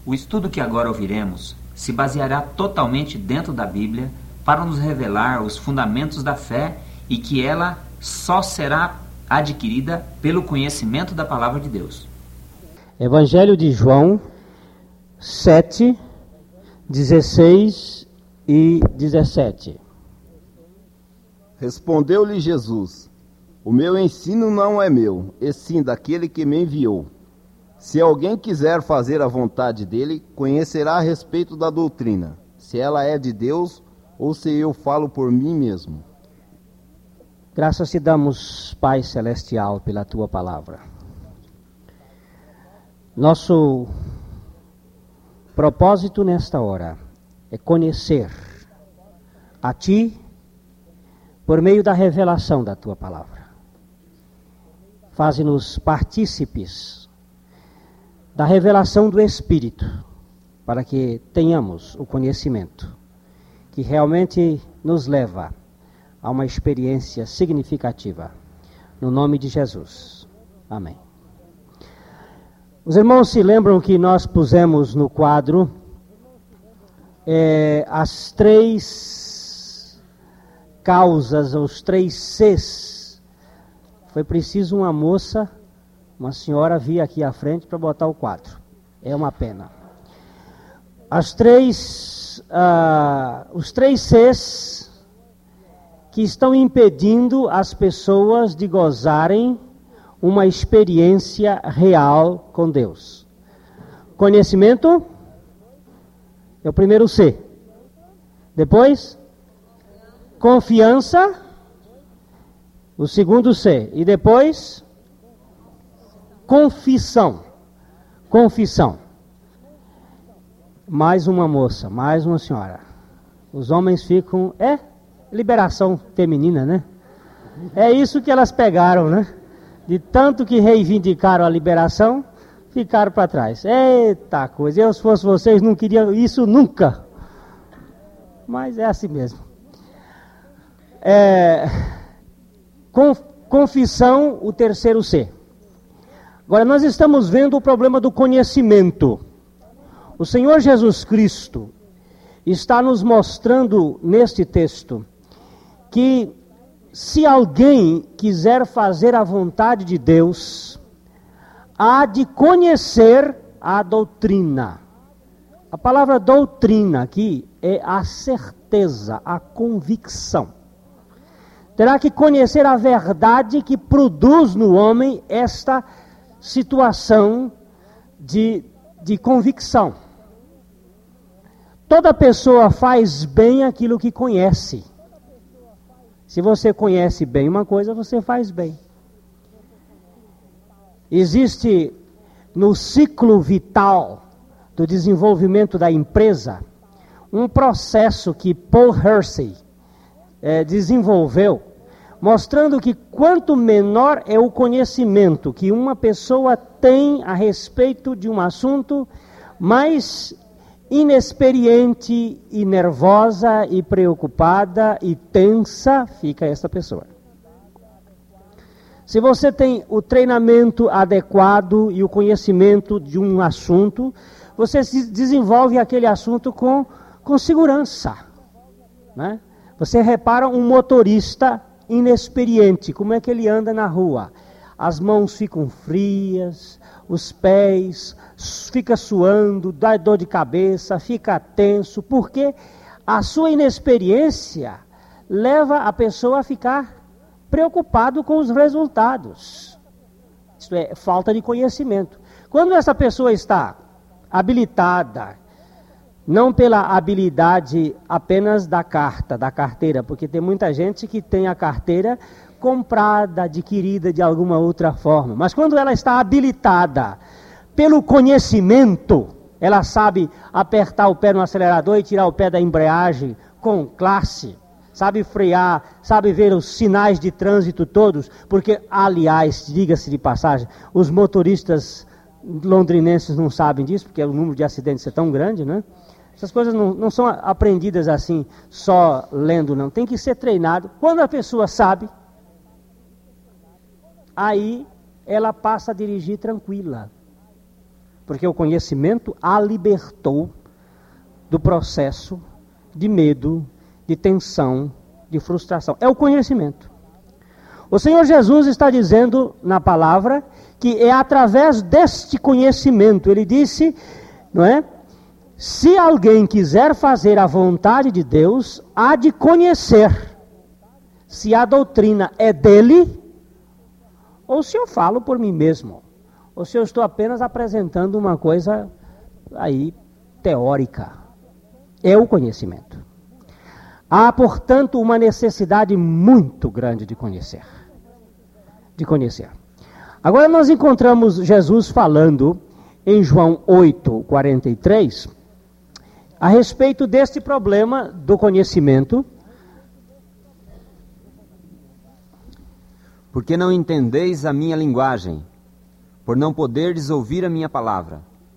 O estudo que agora ouviremos se baseará totalmente dentro da Bíblia para nos revelar os fundamentos da fé e que ela só será adquirida pelo conhecimento da Palavra de Deus. Evangelho de João 7, 16 e 17. Respondeu-lhe Jesus: O meu ensino não é meu, e sim daquele que me enviou. Se alguém quiser fazer a vontade dele, conhecerá a respeito da doutrina, se ela é de Deus ou se eu falo por mim mesmo. Graças te damos, Pai Celestial, pela tua palavra. Nosso propósito nesta hora é conhecer a ti por meio da revelação da tua palavra. Faze-nos partícipes da revelação do Espírito, para que tenhamos o conhecimento que realmente nos leva a uma experiência significativa. No nome de Jesus. Amém. Os irmãos se lembram que nós pusemos no quadro as 3 causas, os 3 Cs. Foi preciso uma senhora vir aqui à frente para botar o quadro. É uma pena. Os 3 Cs que estão impedindo as pessoas de gozarem uma experiência real com Deus. Conhecimento é o primeiro C. Depois, confiança, o segundo C. E depois, confissão. Confissão. Mais uma moça, mais uma senhora. Os homens ficam... liberação feminina, né? É isso que elas pegaram, né? De tanto que reivindicaram a liberação, ficaram para trás. Eita coisa, eu se fosse vocês não queria isso nunca. Mas é assim mesmo. Confissão, o terceiro C. Agora nós estamos vendo o problema do conhecimento. O Senhor Jesus Cristo está nos mostrando neste texto que se alguém quiser fazer a vontade de Deus, há de conhecer a doutrina. A palavra doutrina aqui é a certeza, a convicção. Terá que conhecer a verdade que produz no homem esta situação de convicção. Toda pessoa faz bem aquilo que conhece. Se você conhece bem uma coisa, você faz bem. Existe no ciclo vital do desenvolvimento da empresa um processo que Paul Hersey desenvolveu, mostrando que quanto menor é o conhecimento que uma pessoa tem a respeito de um assunto, mais inexperiente e nervosa e preocupada e tensa fica essa pessoa. Se você tem o treinamento adequado e o conhecimento de um assunto, você desenvolve aquele assunto com segurança, né? Você repara um motorista inexperiente, como é que ele anda na rua? As mãos ficam frias, os pés fica suando, dá dor de cabeça, fica tenso, porque a sua inexperiência leva a pessoa a ficar preocupado com os resultados. Isto é, falta de conhecimento. Quando essa pessoa está habilitada, não pela habilidade apenas da carteira, porque tem muita gente que tem a carteira comprada, adquirida de alguma outra forma. Mas quando ela está habilitada pelo conhecimento, ela sabe apertar o pé no acelerador e tirar o pé da embreagem com classe, sabe frear, sabe ver os sinais de trânsito todos, porque, aliás, diga-se de passagem, os motoristas londrinenses não sabem disso, porque o número de acidentes é tão grande, né? Essas coisas não são aprendidas assim, só lendo, não. Tem que ser treinado. Quando a pessoa sabe, aí ela passa a dirigir tranquila. Porque o conhecimento a libertou do processo de medo, de tensão, de frustração. É o conhecimento. O Senhor Jesus está dizendo na palavra que é através deste conhecimento. Ele disse, não é? Se alguém quiser fazer a vontade de Deus, há de conhecer se a doutrina é dele ou se eu falo por mim mesmo, ou se eu estou apenas apresentando uma coisa aí teórica. É o conhecimento. Há, portanto, uma necessidade muito grande de conhecer. De conhecer. Agora nós encontramos Jesus falando em João 8:43 a respeito deste problema do conhecimento. Porque não entendeis a minha linguagem, por não poderdes ouvir a minha palavra.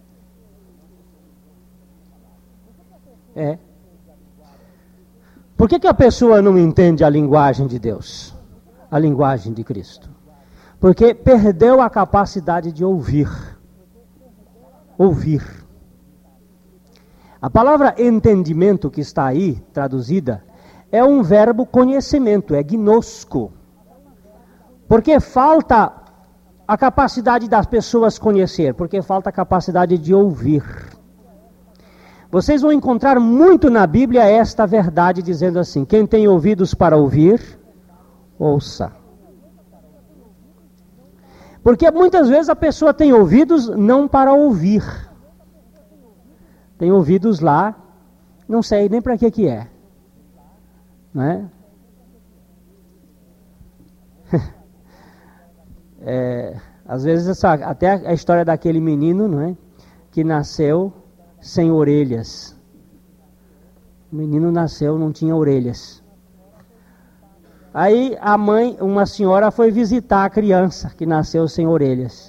Por que a pessoa não entende a linguagem de Deus? A linguagem de Cristo? Porque perdeu a capacidade de ouvir. Ouvir. A palavra entendimento que está aí, traduzida, é um verbo conhecimento, é gnosco. Porque falta a capacidade das pessoas conhecer, porque falta a capacidade de ouvir. Vocês vão encontrar muito na Bíblia esta verdade, dizendo assim: quem tem ouvidos para ouvir, ouça. Porque muitas vezes a pessoa tem ouvidos não para ouvir. Tem ouvidos lá, não sei nem para que é. Não é? Às vezes até a história daquele menino, não é? Que nasceu sem orelhas. O menino nasceu, não tinha orelhas. Aí a mãe, uma senhora, foi visitar a criança que nasceu sem orelhas.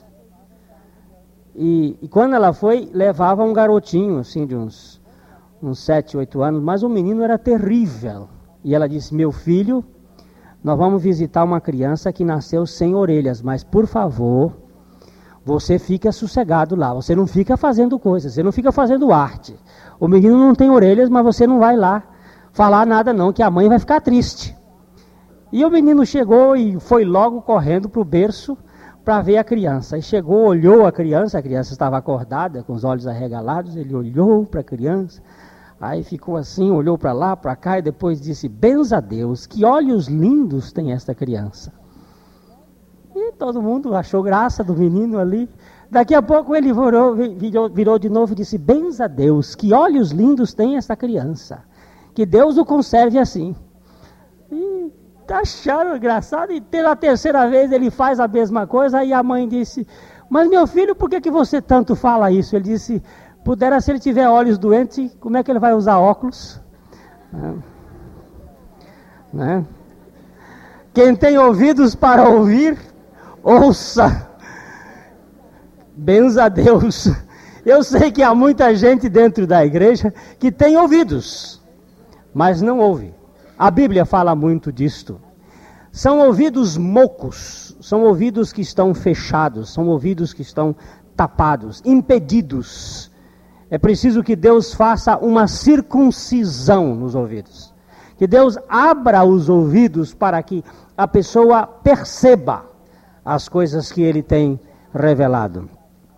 E quando ela foi, levava um garotinho, assim, de uns 7, 8 anos, mas o menino era terrível. E ela disse: meu filho, nós vamos visitar uma criança que nasceu sem orelhas, mas por favor, você fica sossegado lá, você não fica fazendo coisas, você não fica fazendo arte. O menino não tem orelhas, mas você não vai lá falar nada não, que a mãe vai ficar triste. E o menino chegou e foi logo correndo para o berço para ver a criança. E chegou, olhou a criança estava acordada, com os olhos arregalados, ele olhou para a criança, aí ficou assim, olhou para lá, para cá, e depois disse: benza a Deus, que olhos lindos tem esta criança. E todo mundo achou graça do menino ali. Daqui a pouco ele virou de novo e disse: benza a Deus, que olhos lindos tem esta criança. Que Deus o conserve assim. E acharam engraçado, e pela terceira vez ele faz a mesma coisa. Aí a mãe disse: mas meu filho, por que você tanto fala isso? Ele disse: pudera, se ele tiver olhos doentes, como é que ele vai usar óculos? Né? Quem tem ouvidos para ouvir, ouça. Benza a Deus. Eu sei que há muita gente dentro da igreja que tem ouvidos, mas não ouve. A Bíblia fala muito disto. São ouvidos mocos, são ouvidos que estão fechados, são ouvidos que estão tapados, impedidos. É preciso que Deus faça uma circuncisão nos ouvidos. Que Deus abra os ouvidos para que a pessoa perceba as coisas que Ele tem revelado.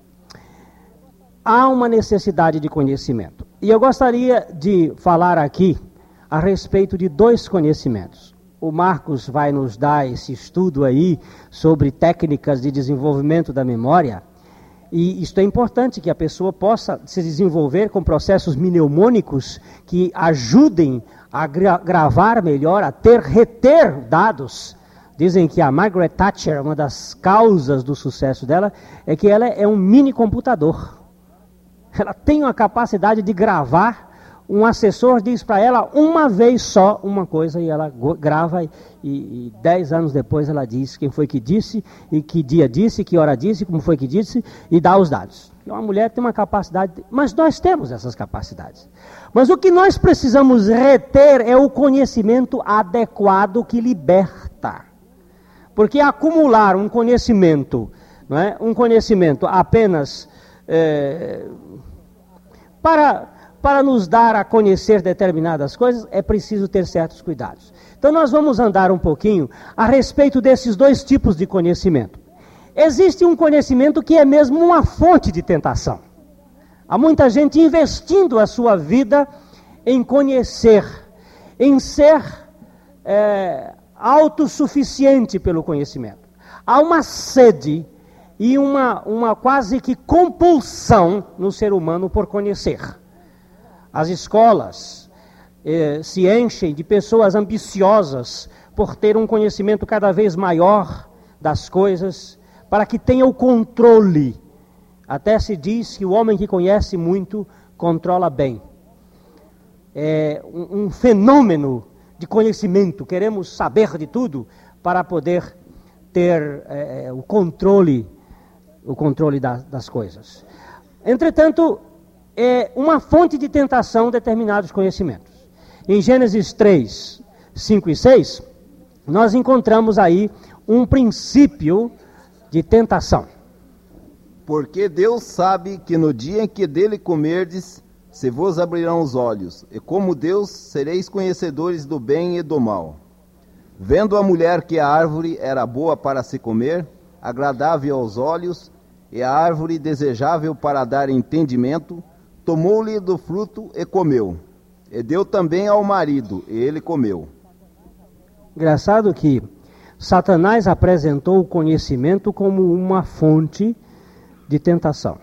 Há uma necessidade de conhecimento. E eu gostaria de falar aqui a respeito de 2 conhecimentos. O Marcos vai nos dar esse estudo aí sobre técnicas de desenvolvimento da memória. E isto é importante, que a pessoa possa se desenvolver com processos mnemônicos que ajudem a gravar melhor, a reter dados. Dizem que a Margaret Thatcher, uma das causas do sucesso dela, é que ela é um mini computador. Ela tem uma capacidade de gravar. Um assessor diz para ela uma vez só uma coisa e ela grava, e 10 anos depois ela diz quem foi que disse, e que dia disse, que hora disse, como foi que disse, e dá os dados. Uma mulher tem uma capacidade, mas nós temos essas capacidades. Mas o que nós precisamos reter é o conhecimento adequado que liberta. Porque acumular um conhecimento, não é? Um conhecimento apenas para nos dar a conhecer determinadas coisas, é preciso ter certos cuidados. Então nós vamos andar um pouquinho a respeito desses dois tipos de conhecimento. Existe um conhecimento que é mesmo uma fonte de tentação. Há muita gente investindo a sua vida em conhecer, em ser autossuficiente pelo conhecimento. Há uma sede e uma quase que compulsão no ser humano por conhecer. As escolas se enchem de pessoas ambiciosas por ter um conhecimento cada vez maior das coisas, para que tenha o controle. Até se diz que o homem que conhece muito controla bem. É um fenômeno de conhecimento. Queremos saber de tudo para poder ter o controle das coisas. Entretanto, é uma fonte de tentação determinados conhecimentos. Em Gênesis 3, 5 e 6, nós encontramos aí um princípio de tentação. Porque Deus sabe que no dia em que dele comerdes, se vos abrirão os olhos, e como Deus sereis conhecedores do bem e do mal. Vendo a mulher que a árvore era boa para se comer, agradável aos olhos, e a árvore desejável para dar entendimento, tomou-lhe do fruto e comeu. E deu também ao marido, e ele comeu. Engraçado que Satanás apresentou o conhecimento como uma fonte de tentação.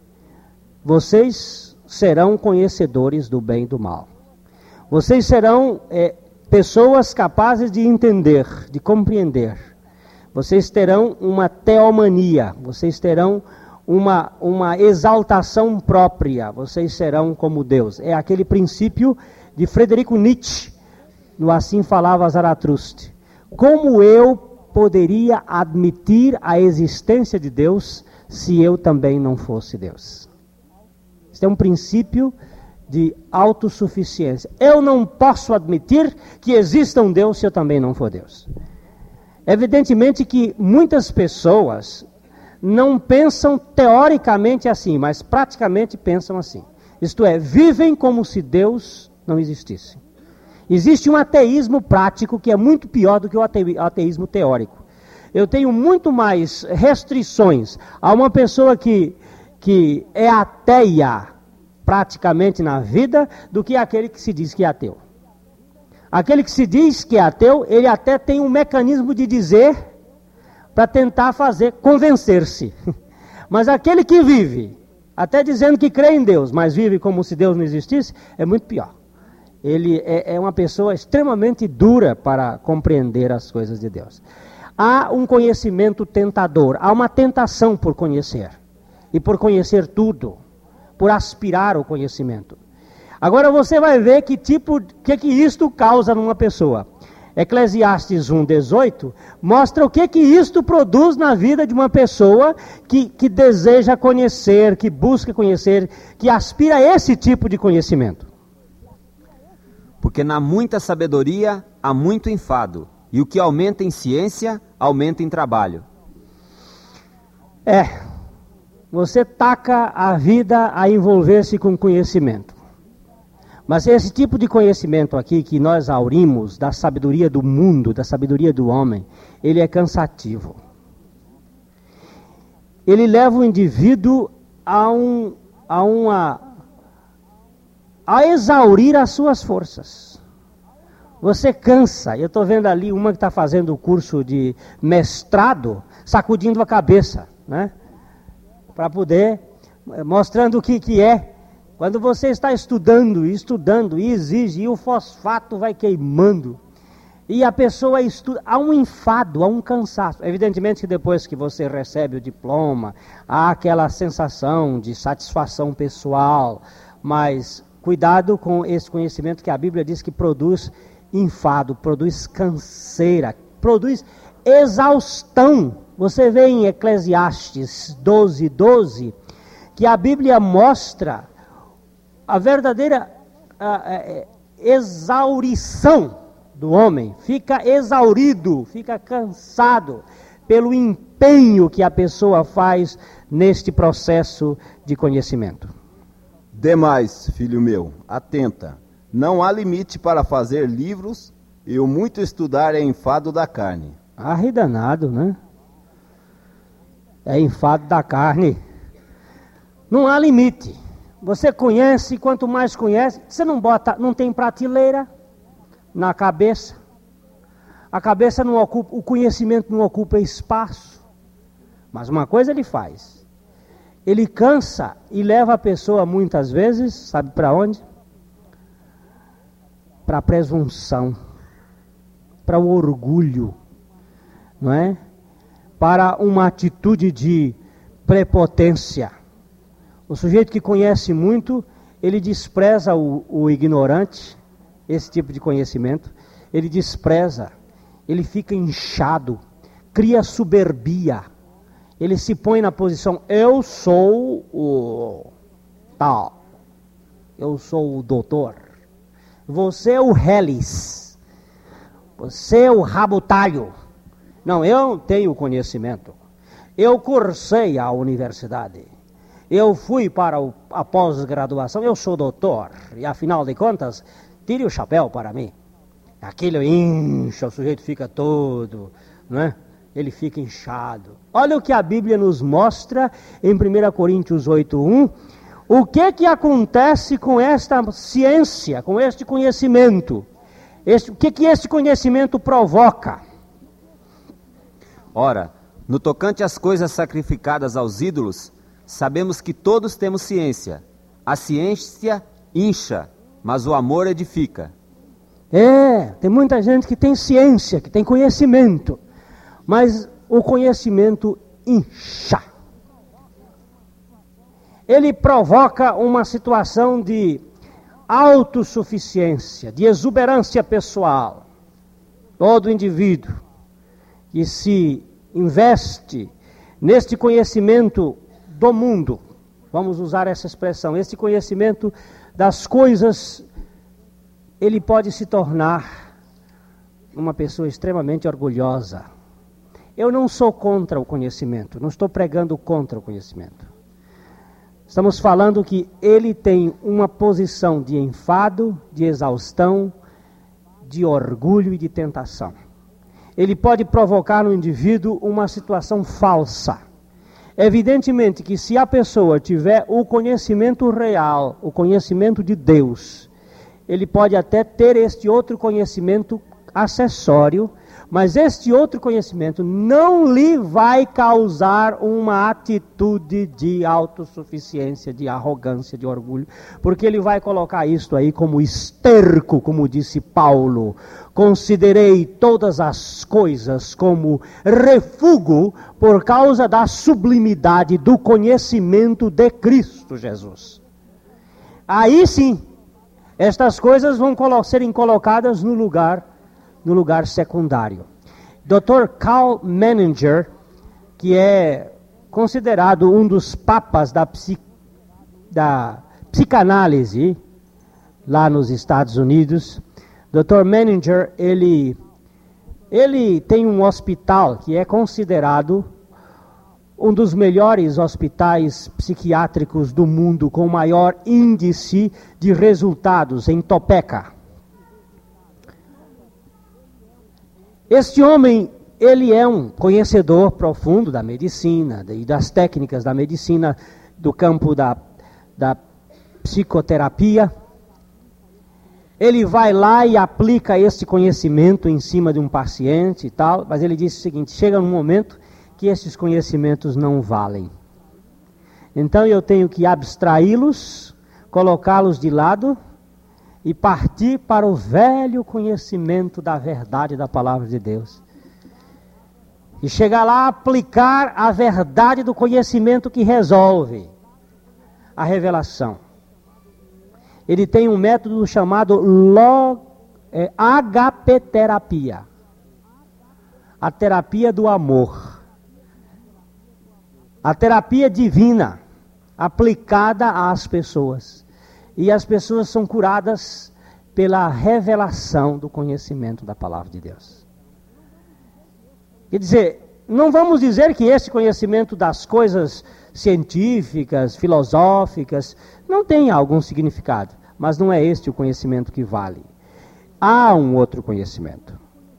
Vocês serão conhecedores do bem e do mal. Vocês serão pessoas capazes de entender, de compreender. Vocês terão uma teomania, vocês terão uma exaltação própria, vocês serão como Deus. É aquele princípio de Friedrich Nietzsche, no Assim Falava Zaratustra. Como eu poderia admitir a existência de Deus se eu também não fosse Deus? Este é um princípio de autossuficiência. Eu não posso admitir que exista um Deus se eu também não for Deus. Evidentemente que muitas pessoas não pensam teoricamente assim, mas praticamente pensam assim. Isto é, vivem como se Deus não existisse. Existe um ateísmo prático que é muito pior do que o ateísmo teórico. Eu tenho muito mais restrições a uma pessoa que é ateia praticamente na vida do que aquele que se diz que é ateu. Aquele que se diz que é ateu, ele até tem um mecanismo de dizer para tentar convencer-se. Mas aquele que vive, até dizendo que crê em Deus, mas vive como se Deus não existisse, é muito pior. Ele é uma pessoa extremamente dura para compreender as coisas de Deus. Há um conhecimento tentador, há uma tentação por conhecer. E por conhecer tudo, por aspirar ao conhecimento. Agora você vai ver que isto causa numa pessoa. Eclesiastes 1:18 mostra o que isto produz na vida de uma pessoa que deseja conhecer, que busca conhecer, que aspira a esse tipo de conhecimento. Porque na muita sabedoria há muito enfado, e o que aumenta em ciência, aumenta em trabalho. Você taca a vida a envolver-se com conhecimento. Mas esse tipo de conhecimento aqui que nós aurimos da sabedoria do mundo, da sabedoria do homem, ele é cansativo. Ele leva o indivíduo a exaurir as suas forças. Você cansa. Eu estou vendo ali uma que está fazendo o curso de mestrado, sacudindo a cabeça, né? Para poder, mostrando o que é. Quando você está estudando e exige, e o fosfato vai queimando, e a pessoa estuda, há um enfado, há um cansaço. Evidentemente que depois que você recebe o diploma, há aquela sensação de satisfação pessoal, mas cuidado com esse conhecimento que a Bíblia diz que produz enfado, produz canseira, produz exaustão. Você vê em Eclesiastes 12:12 que a Bíblia mostra a verdadeira exaurição do homem. Fica exaurido, fica cansado, pelo empenho que a pessoa faz neste processo de conhecimento. Demais, filho meu, atenta. Não há limite para fazer livros, e o muito estudar é enfado da carne. Danado, né? É enfado da carne. Não há limite. Você conhece, quanto mais conhece, você não tem prateleira na cabeça. A cabeça não ocupa, o conhecimento não ocupa espaço. Mas uma coisa ele faz. Ele cansa e leva a pessoa muitas vezes, sabe para onde? Para a presunção, para o orgulho, não é? Para uma atitude de prepotência. O sujeito que conhece muito, ele despreza o ignorante, esse tipo de conhecimento, ele despreza, ele fica inchado, cria soberbia, ele se põe na posição, eu sou o tal, eu sou o doutor, você é o Hellis, você é o rabutalho. Não, eu tenho conhecimento, eu cursei a universidade, eu fui para a pós-graduação, eu sou doutor, e afinal de contas, tire o chapéu para mim. Aquilo incha, o sujeito fica todo, né? Ele fica inchado. Olha o que a Bíblia nos mostra em 1 Coríntios 8:1. O que acontece com esta ciência, com este conhecimento? O que este conhecimento provoca? Ora, no tocante às coisas sacrificadas aos ídolos, sabemos que todos temos ciência. A ciência incha, mas o amor edifica. Tem muita gente que tem ciência, que tem conhecimento, mas o conhecimento incha. Ele provoca uma situação de autossuficiência, de exuberância pessoal. Todo indivíduo que se investe neste conhecimento do mundo, vamos usar essa expressão, este conhecimento das coisas, ele pode se tornar uma pessoa extremamente orgulhosa. Eu não sou contra o conhecimento, não estou pregando contra o conhecimento. Estamos falando que ele tem uma posição de enfado, de exaustão, de orgulho e de tentação. Ele pode provocar no indivíduo uma situação falsa. Evidentemente que se a pessoa tiver o conhecimento real, o conhecimento de Deus, ele pode até ter este outro conhecimento acessório, mas este outro conhecimento não lhe vai causar uma atitude de autossuficiência, de arrogância, de orgulho, porque ele vai colocar isto aí como esterco, como disse Paulo. Considerei todas as coisas como refúgio por causa da sublimidade do conhecimento de Cristo Jesus. Aí sim, estas coisas vão serem colocadas no lugar secundário. Dr. Carl Menninger, que é considerado um dos papas da psicanálise lá nos Estados Unidos, Dr. Menninger, ele tem um hospital que é considerado um dos melhores hospitais psiquiátricos do mundo, com maior índice de resultados em Topeka. Este homem, ele é um conhecedor profundo da medicina e das técnicas da medicina, do campo da psicoterapia. Ele vai lá e aplica este conhecimento em cima de um paciente e tal, mas ele disse o seguinte: chega um momento que esses conhecimentos não valem. Então eu tenho que abstraí-los, colocá-los de lado e partir para o velho conhecimento da verdade da palavra de Deus. E chegar lá a aplicar a verdade do conhecimento que resolve a revelação. Ele tem um método chamado HP-terapia. A terapia do amor. A terapia divina aplicada às pessoas. E as pessoas são curadas pela revelação do conhecimento da palavra de Deus. Quer dizer, não vamos dizer que esse conhecimento das coisas científicas, filosóficas, não tem algum significado, mas não é este o conhecimento que vale. Há um outro conhecimento.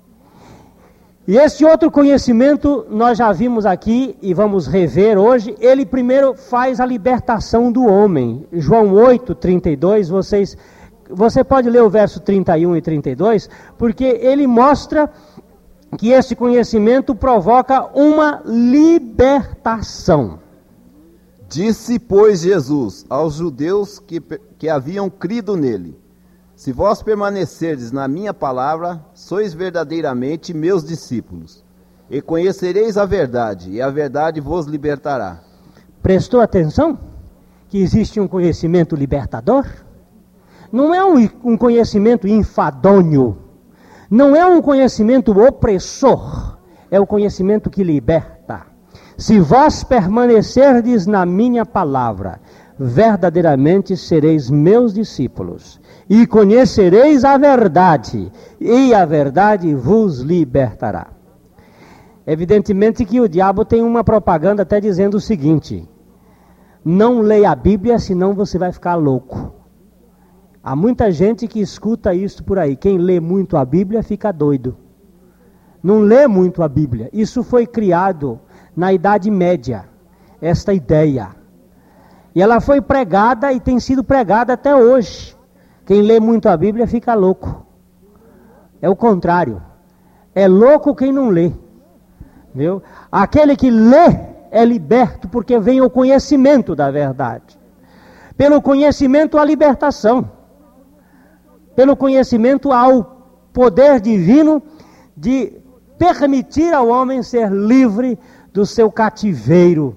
E esse outro conhecimento nós já vimos aqui e vamos rever hoje. Ele primeiro faz a libertação do homem. João 8:32, você pode ler o verso 31 e 32, porque ele mostra que esse conhecimento provoca uma libertação. Disse, pois, Jesus aos judeus que haviam crido nele: se vós permanecerdes na minha palavra, sois verdadeiramente meus discípulos, e conhecereis a verdade, e a verdade vos libertará. Prestou atenção que existe um conhecimento libertador? Não é um conhecimento enfadonho, não é um conhecimento opressor, é o conhecimento que liberta. Se vós permanecerdes na minha palavra, verdadeiramente sereis meus discípulos, e conhecereis a verdade, e a verdade vos libertará. Evidentemente que o diabo tem uma propaganda até dizendo o seguinte: não leia a Bíblia, senão você vai ficar louco. Há muita gente que escuta isso por aí. Quem lê muito a Bíblia fica doido. Não lê muito a Bíblia. Isso foi criado na Idade Média, esta ideia. E ela foi pregada e tem sido pregada até hoje. Quem lê muito a Bíblia fica louco. É o contrário. É louco quem não lê. Viu? Aquele que lê é liberto porque vem o conhecimento da verdade. Pelo conhecimento a libertação. Pelo conhecimento ao poder divino de permitir ao homem ser livre do seu cativeiro.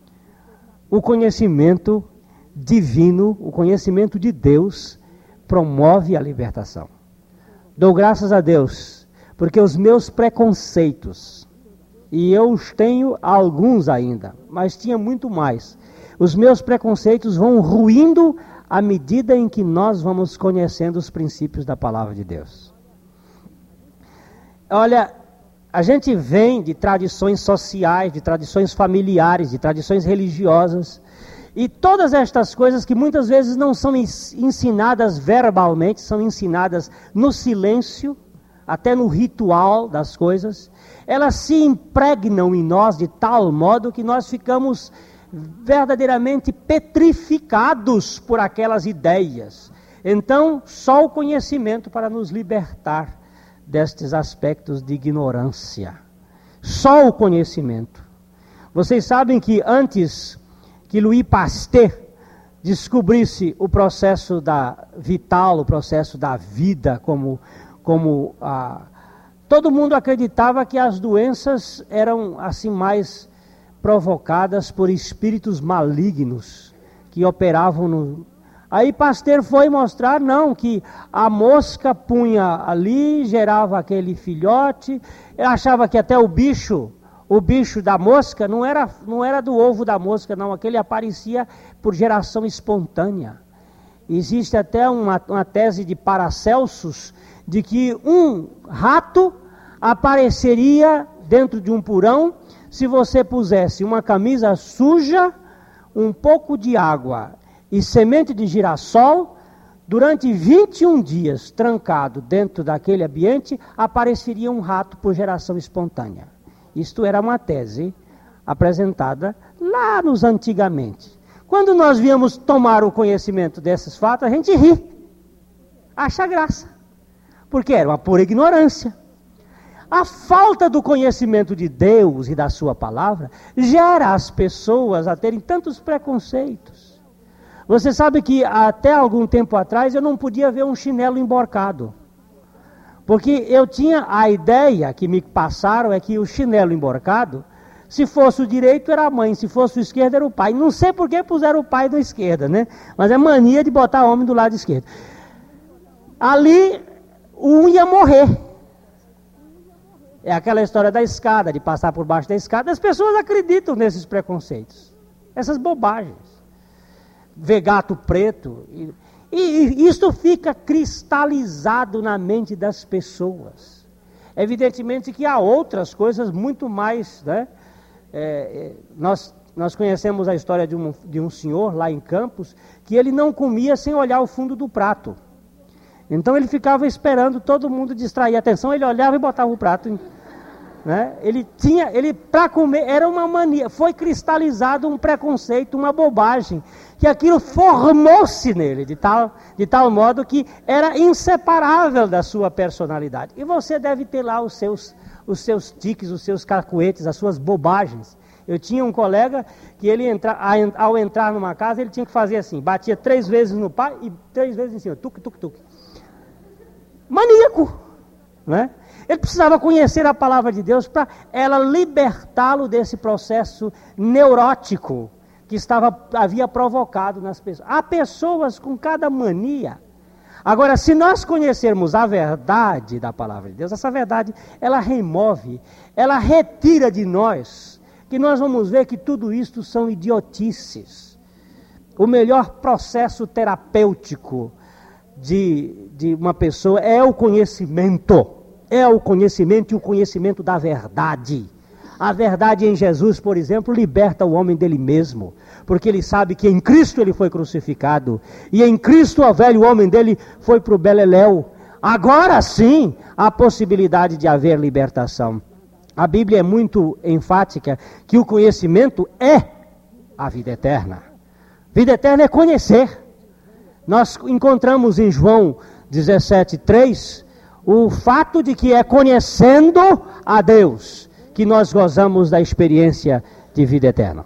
O conhecimento divino, o conhecimento de Deus, promove a libertação. Dou graças a Deus, porque os meus preconceitos, e eu os tenho alguns ainda, mas tinha muito mais, os meus preconceitos vão ruindo à medida em que nós vamos conhecendo os princípios da palavra de Deus. Olha, a gente vem de tradições sociais, de tradições familiares, de tradições religiosas, e todas estas coisas que muitas vezes não são ensinadas verbalmente, são ensinadas no silêncio, até no ritual das coisas, elas se impregnam em nós de tal modo que nós ficamos verdadeiramente petrificados por aquelas ideias. Então, só o conhecimento para nos libertar destes aspectos de ignorância. Só o conhecimento. Vocês sabem que antes que Louis Pasteur descobrisse o processo vital, o processo da vida, todo mundo acreditava que as doenças eram assim mais provocadas por espíritos malignos que operavam no... Aí Pasteur foi mostrar, não, que a mosca punha ali, gerava aquele filhote. Ele achava que até o bicho da mosca não era do ovo da mosca, não, aquele aparecia por geração espontânea. Existe até uma tese de Paracelsus de que um rato apareceria dentro de um porão se você pusesse uma camisa suja, um pouco de água e semente de girassol. Durante 21 dias trancado dentro daquele ambiente, apareceria um rato por geração espontânea. Isto era uma tese apresentada lá nos antigamente. Quando nós viemos tomar o conhecimento desses fatos, a gente ri, acha graça, porque era uma pura ignorância. A falta do conhecimento de Deus e da sua palavra gera as pessoas a terem tantos preconceitos. Você sabe que até algum tempo atrás eu não podia ver um chinelo emborcado. Porque eu tinha a ideia que me passaram é que o chinelo emborcado, se fosse o direito era a mãe, se fosse o esquerdo era o pai. Não sei por que puseram o pai da esquerda, né? Mas é mania de botar homem do lado esquerdo. Ali, um ia morrer. É aquela história da escada, de passar por baixo da escada. As pessoas acreditam nesses preconceitos, essas bobagens. Ver gato preto. E isso fica cristalizado na mente das pessoas. Evidentemente que há outras coisas muito mais, né? Nós conhecemos a história de um senhor lá em Campos, que ele não comia sem olhar o fundo do prato. Então ele ficava esperando todo mundo distrair a atenção, ele olhava e botava o prato, né? Ele para comer, era uma mania, foi cristalizado um preconceito, uma bobagem, que aquilo formou-se nele, de tal modo que era inseparável da sua personalidade. E você deve ter lá os seus tiques, os seus cacuetes, as suas bobagens. Eu tinha um colega que ele ao entrar numa casa, ele tinha que fazer assim, batia 3 vezes no pai e 3 vezes em cima, tuc, tuc, tuc. Maníaco, né? Ele precisava conhecer a palavra de Deus para ela libertá-lo desse processo neurótico que havia provocado nas pessoas. Há pessoas com cada mania. Agora, se nós conhecermos a verdade da palavra de Deus, essa verdade, ela remove, ela retira de nós, que nós vamos ver que tudo isto são idiotices. O melhor processo terapêutico de uma pessoa é o conhecimento e o conhecimento da verdade. A verdade em Jesus, por exemplo, liberta o homem dele mesmo, porque ele sabe que em Cristo ele foi crucificado, e em Cristo o velho homem dele foi para o beleléu. Agora sim, há possibilidade de haver libertação. A Bíblia é muito enfática que o conhecimento é a vida eterna. Vida eterna é conhecer. Nós encontramos em João 17:3 o fato de que é conhecendo a Deus que nós gozamos da experiência de vida eterna.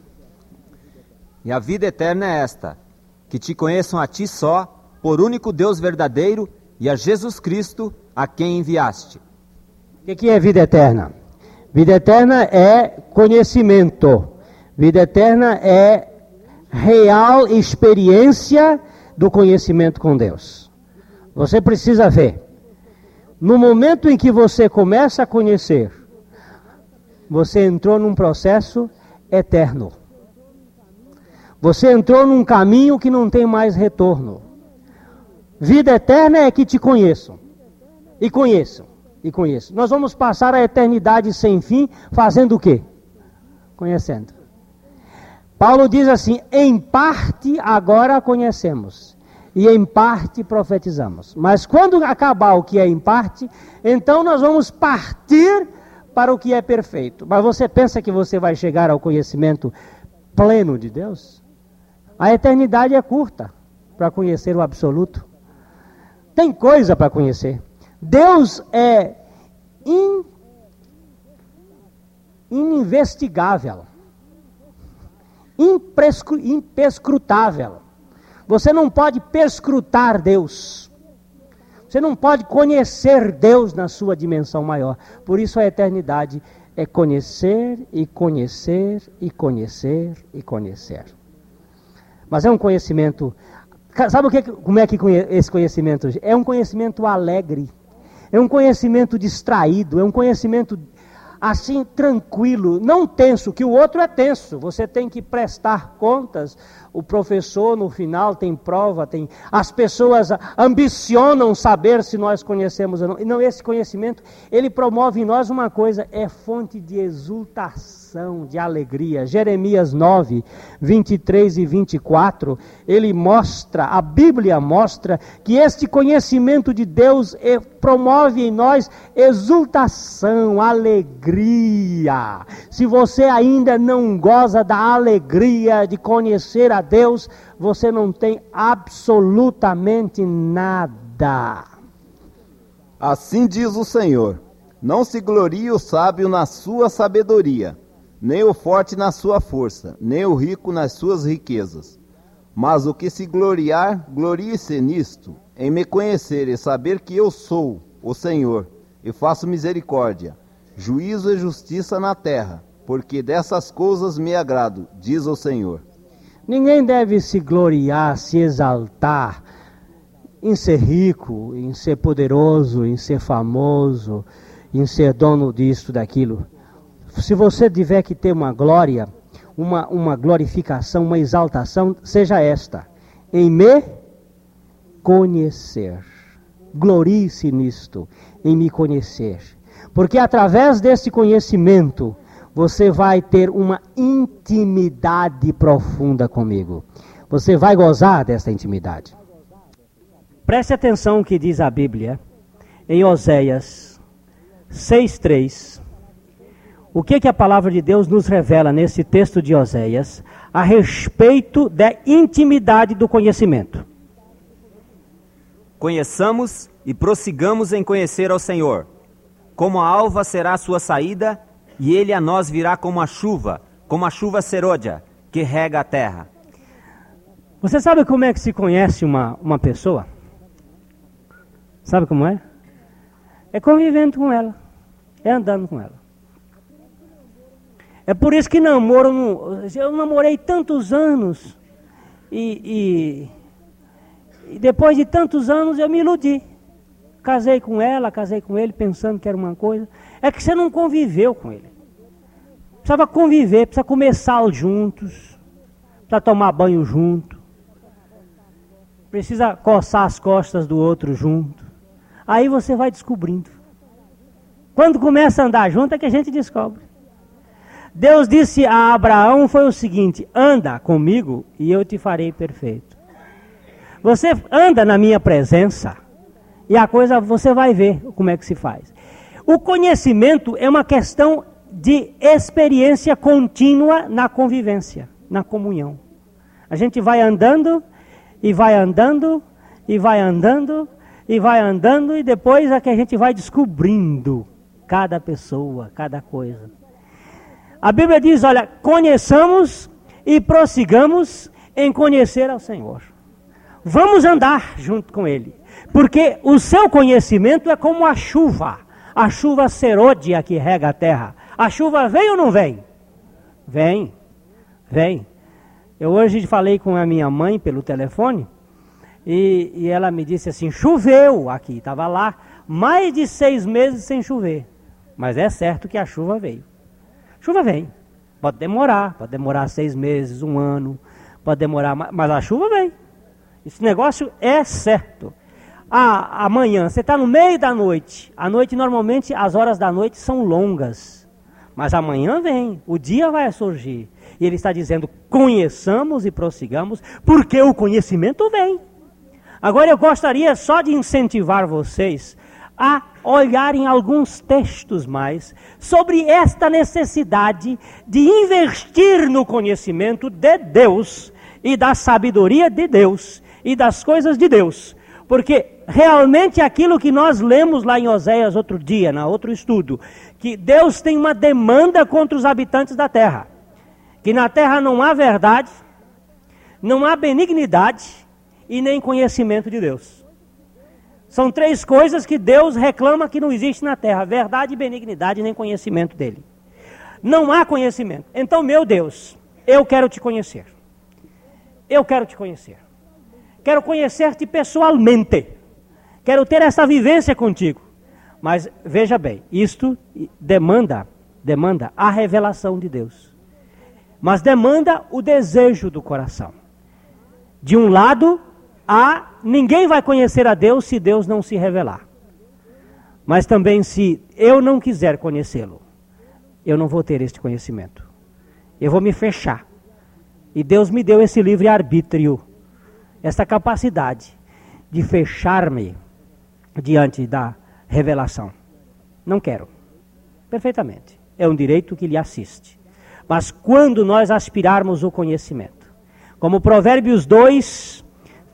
E a vida eterna é esta, que te conheçam a ti só, por único Deus verdadeiro, e a Jesus Cristo, a quem enviaste. O que é vida eterna? Vida eterna é conhecimento. Vida eterna é real experiência do conhecimento com Deus. Você precisa ver. No momento em que você começa a conhecer, você entrou num processo eterno. Você entrou num caminho que não tem mais retorno. Vida eterna é que te conheçam. E conheçam. E conheçam. Nós vamos passar a eternidade sem fim fazendo o quê? Conhecendo. Paulo diz assim: em parte agora conhecemos, e em parte profetizamos. Mas quando acabar o que é em parte, então nós vamos partir para o que é perfeito. Mas você pensa que você vai chegar ao conhecimento pleno de Deus? A eternidade é curta para conhecer o absoluto. Tem coisa para conhecer. Deus é ininvestigável, imprescrutável. Você não pode perscrutar Deus. Você não pode conhecer Deus na sua dimensão maior. Por isso a eternidade é conhecer e conhecer e conhecer e conhecer. Mas é um conhecimento... Sabe como é que esse conhecimento? É um conhecimento alegre. É um conhecimento distraído. É um conhecimento assim, tranquilo, não tenso, que o outro é tenso. Você tem que prestar contas. O professor no final tem prova, as pessoas ambicionam saber se nós conhecemos ou não. E não, esse conhecimento, ele promove em nós uma coisa, é fonte de exultação, de alegria. Jeremias 9, 23 e 24, a Bíblia mostra que este conhecimento de Deus promove em nós exultação, alegria. Se você ainda não goza da alegria de conhecer a Deus, você não tem absolutamente nada. Assim diz o Senhor: não se glorie o sábio na sua sabedoria, nem o forte na sua força, nem o rico nas suas riquezas. Mas o que se gloriar, glorie-se nisto, em me conhecer e saber que eu sou o Senhor, e faço misericórdia, juízo e justiça na terra, porque dessas coisas me agrado, diz o Senhor. Ninguém deve se gloriar, se exaltar em ser rico, em ser poderoso, em ser famoso, em ser dono disso, daquilo. Se você tiver que ter uma glória, uma glorificação, uma exaltação, seja esta: em me conhecer. Glorie-se nisto, em me conhecer. Porque através desse conhecimento, você vai ter uma intimidade profunda comigo. Você vai gozar dessa intimidade. Preste atenção no que diz a Bíblia em Oséias 6:3. O que a palavra de Deus nos revela nesse texto de Oséias a respeito da intimidade do conhecimento? Conheçamos e prossigamos em conhecer ao Senhor. Como a alva será a sua saída, e ele a nós virá como a chuva serôdia, que rega a terra. Você sabe como é que se conhece uma pessoa? Sabe como é? É convivendo com ela, é andando com ela. É por isso que eu namorei tantos anos e depois de tantos anos eu me iludi. Casei com ela, casei com ele, pensando que era uma coisa. É que você não conviveu com ele. Precisava conviver, precisa comer sal juntos, precisa tomar banho junto, precisa coçar as costas do outro junto. Aí você vai descobrindo. Quando começa a andar junto é que a gente descobre. Deus disse a Abraão foi o seguinte: anda comigo e eu te farei perfeito. Você anda na minha presença e a coisa você vai ver como é que se faz. O conhecimento é uma questão de experiência contínua na convivência, na comunhão. A gente vai andando e vai andando e vai andando e vai andando e depois é que a gente vai descobrindo cada pessoa, cada coisa. A Bíblia diz, olha, conheçamos e prossigamos em conhecer ao Senhor. Vamos andar junto com Ele, porque o seu conhecimento é como a chuva serôdia que rega a terra. A chuva vem ou não vem? Vem. Eu hoje falei com a minha mãe pelo telefone e ela me disse assim, choveu aqui, estava lá mais de 6 meses sem chover, mas é certo que a chuva veio. Chuva vem, pode demorar 6 meses, 1 ano, pode demorar, mas a chuva vem. Esse negócio é certo. Amanhã, você está no meio da noite. A noite, normalmente, as horas da noite são longas. Mas amanhã vem, o dia vai surgir. E ele está dizendo, conheçamos e prossigamos, porque o conhecimento vem. Agora eu gostaria só de incentivar vocês a olharem alguns textos mais sobre esta necessidade de investir no conhecimento de Deus e da sabedoria de Deus e das coisas de Deus. Porque realmente aquilo que nós lemos lá em Oséias outro dia, na outro estudo, que Deus tem uma demanda contra os habitantes da terra. Que na terra não há verdade, não há benignidade e nem conhecimento de Deus. São 3 coisas que Deus reclama que não existe na terra. Verdade, benignidade e nem conhecimento dele. Não há conhecimento. Então, meu Deus, eu quero te conhecer. Eu quero te conhecer. Quero conhecer-te pessoalmente. Quero ter essa vivência contigo. Mas, veja bem, isto demanda a revelação de Deus. Mas demanda o desejo do coração. De um lado, ninguém vai conhecer a Deus se Deus não se revelar. Mas também se eu não quiser conhecê-lo, eu não vou ter este conhecimento. Eu vou me fechar. E Deus me deu esse livre-arbítrio, essa capacidade de fechar-me diante da revelação. Não quero. Perfeitamente. É um direito que lhe assiste. Mas quando nós aspirarmos o conhecimento, como Provérbios 2,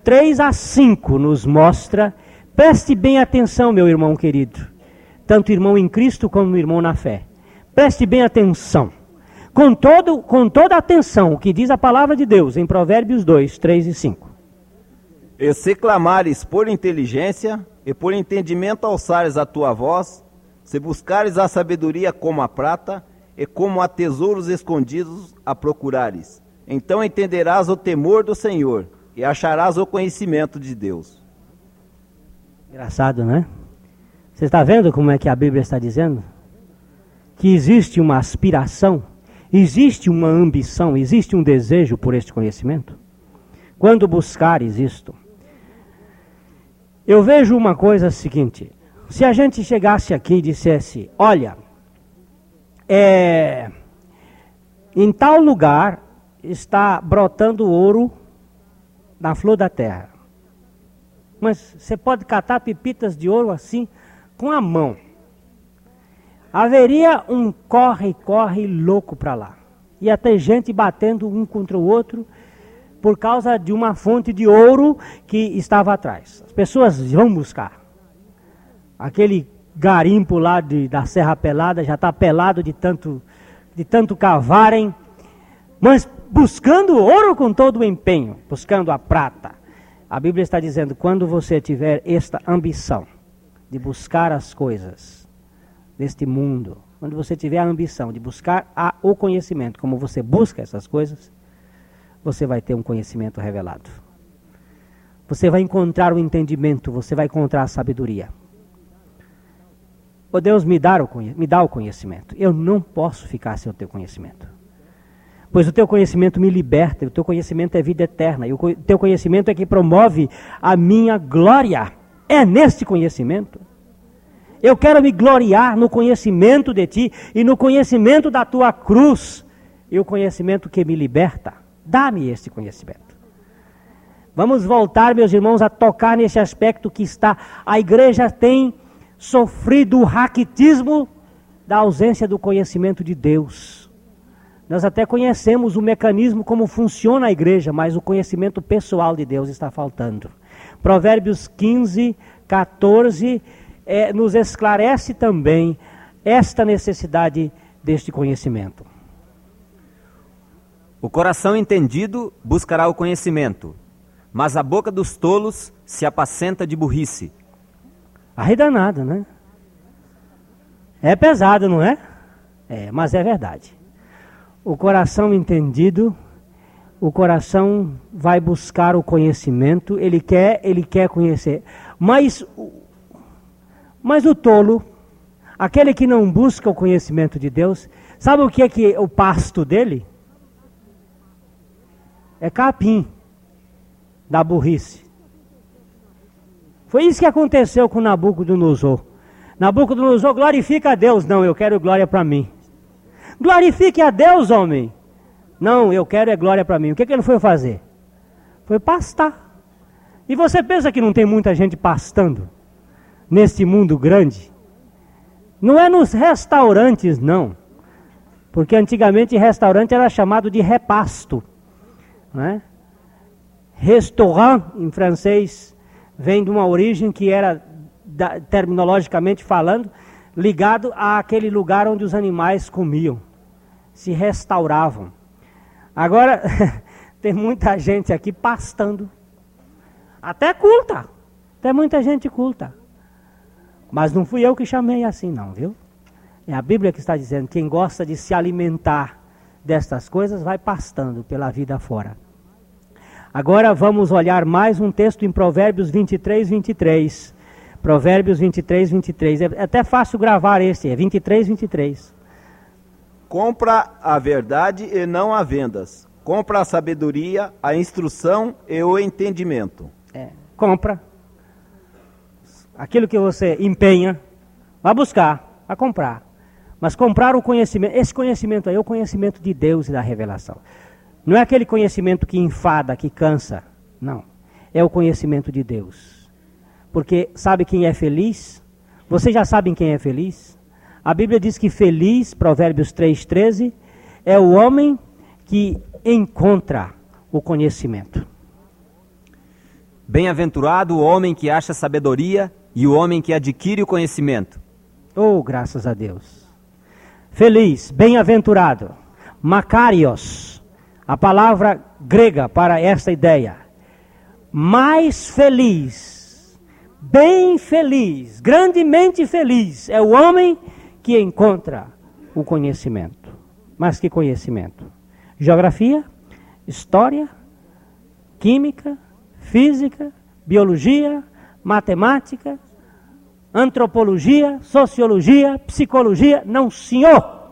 3-5 nos mostra, preste bem atenção, meu irmão querido, tanto irmão em Cristo como irmão na fé. Preste bem atenção, com toda a atenção, o que diz a palavra de Deus em Provérbios 2, 3 e 5. E se clamares por inteligência e por entendimento alçares a tua voz, se buscares a sabedoria como a prata e como a tesouros escondidos a procurares, então entenderás o temor do Senhor e acharás o conhecimento de Deus. Engraçado, né? Você está vendo como é que a Bíblia está dizendo? Que existe uma aspiração, existe uma ambição, existe um desejo por este conhecimento. Quando buscares isto, eu vejo uma coisa seguinte, Se a gente chegasse aqui e dissesse, olha, em tal lugar está brotando ouro na flor da terra. Mas você pode catar pepitas de ouro assim, com a mão. Haveria um corre-corre louco para lá. Ia ter gente batendo um contra o outro por causa de uma fonte de ouro que estava atrás. As pessoas vão buscar. Aquele garimpo lá da Serra Pelada já está pelado de tanto cavarem, mas buscando ouro com todo o empenho, buscando a prata. A Bíblia está dizendo, quando você tiver esta ambição de buscar as coisas deste mundo, quando você tiver a ambição de buscar o conhecimento, como você busca essas coisas, você vai ter um conhecimento revelado. Você vai encontrar o entendimento, você vai encontrar a sabedoria. Oh Deus, me dá o conhecimento. Eu não posso ficar sem o teu conhecimento. Pois o teu conhecimento me liberta, o teu conhecimento é vida eterna, e o teu conhecimento é que promove a minha glória. É neste conhecimento. Eu quero me gloriar no conhecimento de ti e no conhecimento da tua cruz e o conhecimento que me liberta. Dá-me este conhecimento. Vamos voltar, meus irmãos, a tocar nesse aspecto que a igreja tem sofrido o raquitismo da ausência do conhecimento de Deus. Nós até conhecemos o mecanismo como funciona a igreja, mas o conhecimento pessoal de Deus está faltando. Provérbios 15, 14 nos esclarece também esta necessidade deste conhecimento. O coração entendido buscará o conhecimento, mas a boca dos tolos se apacenta de burrice. Arredanado, né? É pesado, não é? Mas é verdade. O coração entendido, o coração vai buscar o conhecimento, ele quer conhecer. Mas o tolo, aquele que não busca o conhecimento de Deus, sabe o que é o pasto dele? É capim da burrice. Foi isso que aconteceu com Nabucodonosor. Nabucodonosor glorifica a Deus. Não, eu quero glória para mim. Glorifique a Deus, homem. Não, eu quero glória para mim. O que ele foi fazer? Foi pastar. E você pensa que não tem muita gente pastando neste mundo grande? Não é nos restaurantes, não. Porque antigamente restaurante era chamado de repasto. Né? Restaurant, em francês, vem de uma origem que era, terminologicamente falando, ligado àquele lugar onde os animais comiam, se restauravam. Agora, tem muita gente aqui pastando, até culta, tem muita gente culta. Mas não fui eu que chamei assim não, viu? É a Bíblia que está dizendo, quem gosta de se alimentar destas coisas vai pastando pela vida fora. Agora vamos olhar mais um texto em Provérbios 23, 23. Provérbios 23, 23. É até fácil gravar esse, é 23, 23. Compra a verdade e não a vendas. Compra a sabedoria, a instrução e o entendimento. Compra. Aquilo que você empenha, vai buscar, vai comprar. Mas comprar o conhecimento, esse conhecimento aí é o conhecimento de Deus e da revelação. Não é aquele conhecimento que enfada, que cansa. Não. É o conhecimento de Deus. Porque sabe quem é feliz? Vocês já sabem quem é feliz? A Bíblia diz que feliz, Provérbios 3,13, é o homem que encontra o conhecimento. Bem-aventurado o homem que acha sabedoria e o homem que adquire o conhecimento. Oh, graças a Deus. Feliz, bem-aventurado. Makarios, a palavra grega para esta ideia. Mais feliz, bem feliz, grandemente feliz é o homem que encontra o conhecimento. Mas que conhecimento? Geografia, história, química, física, biologia, matemática, antropologia, sociologia, psicologia. Não, senhor.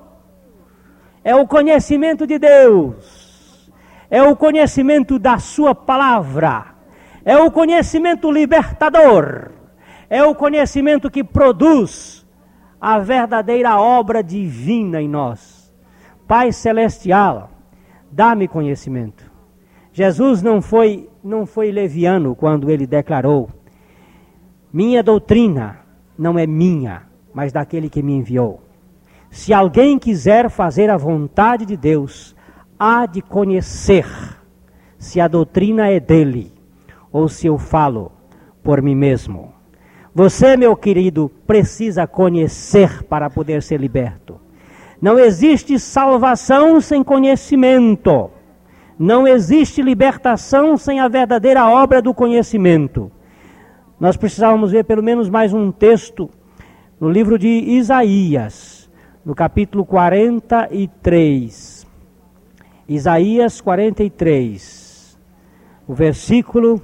É o conhecimento de Deus. É o conhecimento da sua palavra. É o conhecimento libertador. É o conhecimento que produz a verdadeira obra divina em nós. Pai Celestial, dá-me conhecimento. Jesus não foi leviano quando ele declarou: minha doutrina não é minha, mas daquele que me enviou. Se alguém quiser fazer a vontade de Deus, há de conhecer se a doutrina é dele ou se eu falo por mim mesmo. Você, meu querido, precisa conhecer para poder ser liberto. Não existe salvação sem conhecimento. Não existe libertação sem a verdadeira obra do conhecimento. Nós precisávamos ver pelo menos mais um texto no livro de Isaías, no capítulo 43. Isaías 43, o versículo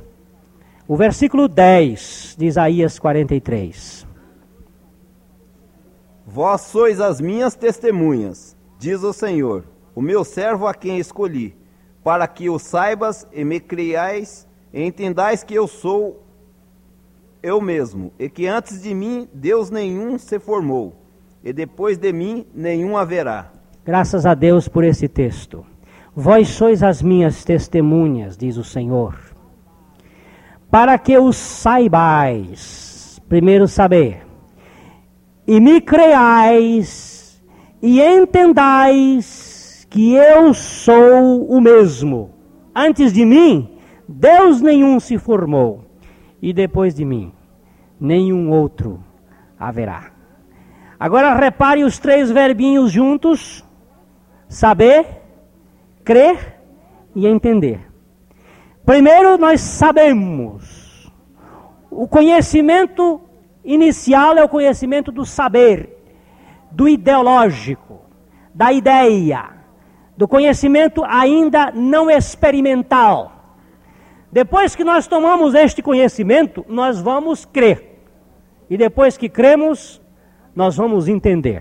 10 de Isaías 43. Vós sois as minhas testemunhas, diz o Senhor, o meu servo a quem escolhi, para que o saibas e me creiais e entendais que eu sou eu mesmo, e que antes de mim Deus nenhum se formou, e depois de mim nenhum haverá. Graças a Deus por esse texto. Vós sois as minhas testemunhas, diz o Senhor, para que os saibais, primeiro saber, e me creiais, e entendais que eu sou o mesmo. Antes de mim, Deus nenhum se formou, e depois de mim, nenhum outro haverá. Agora repare os três verbinhos juntos: saber, crer e entender. Primeiro, nós sabemos. O conhecimento inicial é o conhecimento do saber, do ideológico, da ideia, do conhecimento ainda não experimental. Depois que nós tomamos este conhecimento, nós vamos crer. E depois que cremos, nós vamos entender.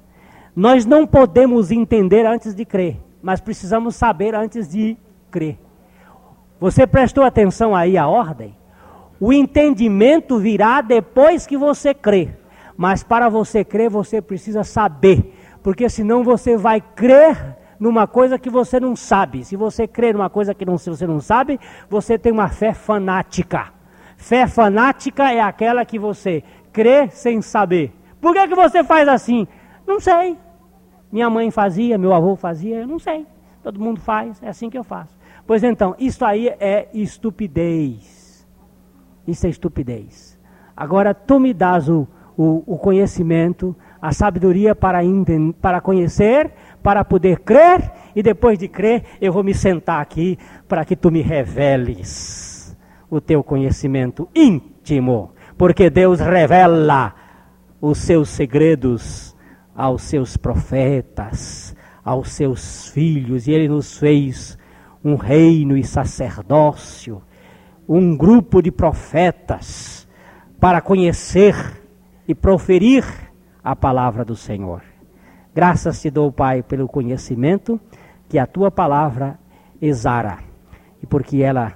Nós não podemos entender antes de crer, mas precisamos saber antes de crer. Você prestou atenção aí à ordem? O entendimento virá depois que você crê. Mas para você crer, você precisa saber. Porque senão você vai crer numa coisa que você não sabe. Se você crer numa coisa que você não sabe, você tem uma fé fanática. Fé fanática é aquela que você crê sem saber. Por que você faz assim? Não sei. Minha mãe fazia, meu avô fazia, eu não sei. Todo mundo faz, é assim que eu faço. Pois então, isso aí é estupidez. Isso é estupidez. Agora, tu me dás o conhecimento, a sabedoria para conhecer, para poder crer, e depois de crer, eu vou me sentar aqui para que tu me reveles o teu conhecimento íntimo. Porque Deus revela os seus segredos aos seus profetas, aos seus filhos, e Ele nos fez um reino e sacerdócio, um grupo de profetas para conhecer e proferir a palavra do Senhor. Graças te dou, Pai, pelo conhecimento que a Tua palavra exara, e porque ela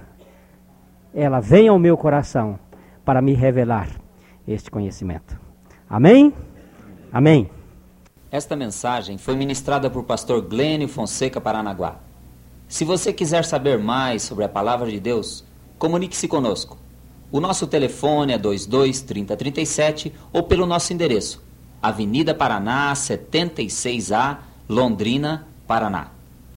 vem ao meu coração para me revelar este conhecimento. Amém? Amém. Esta mensagem foi ministrada por pastor Glênio Fonseca Paranaguá. Se você quiser saber mais sobre a palavra de Deus, comunique-se conosco. O nosso telefone é 22-30-37 ou pelo nosso endereço, Avenida Paraná, 76A, Londrina, Paraná.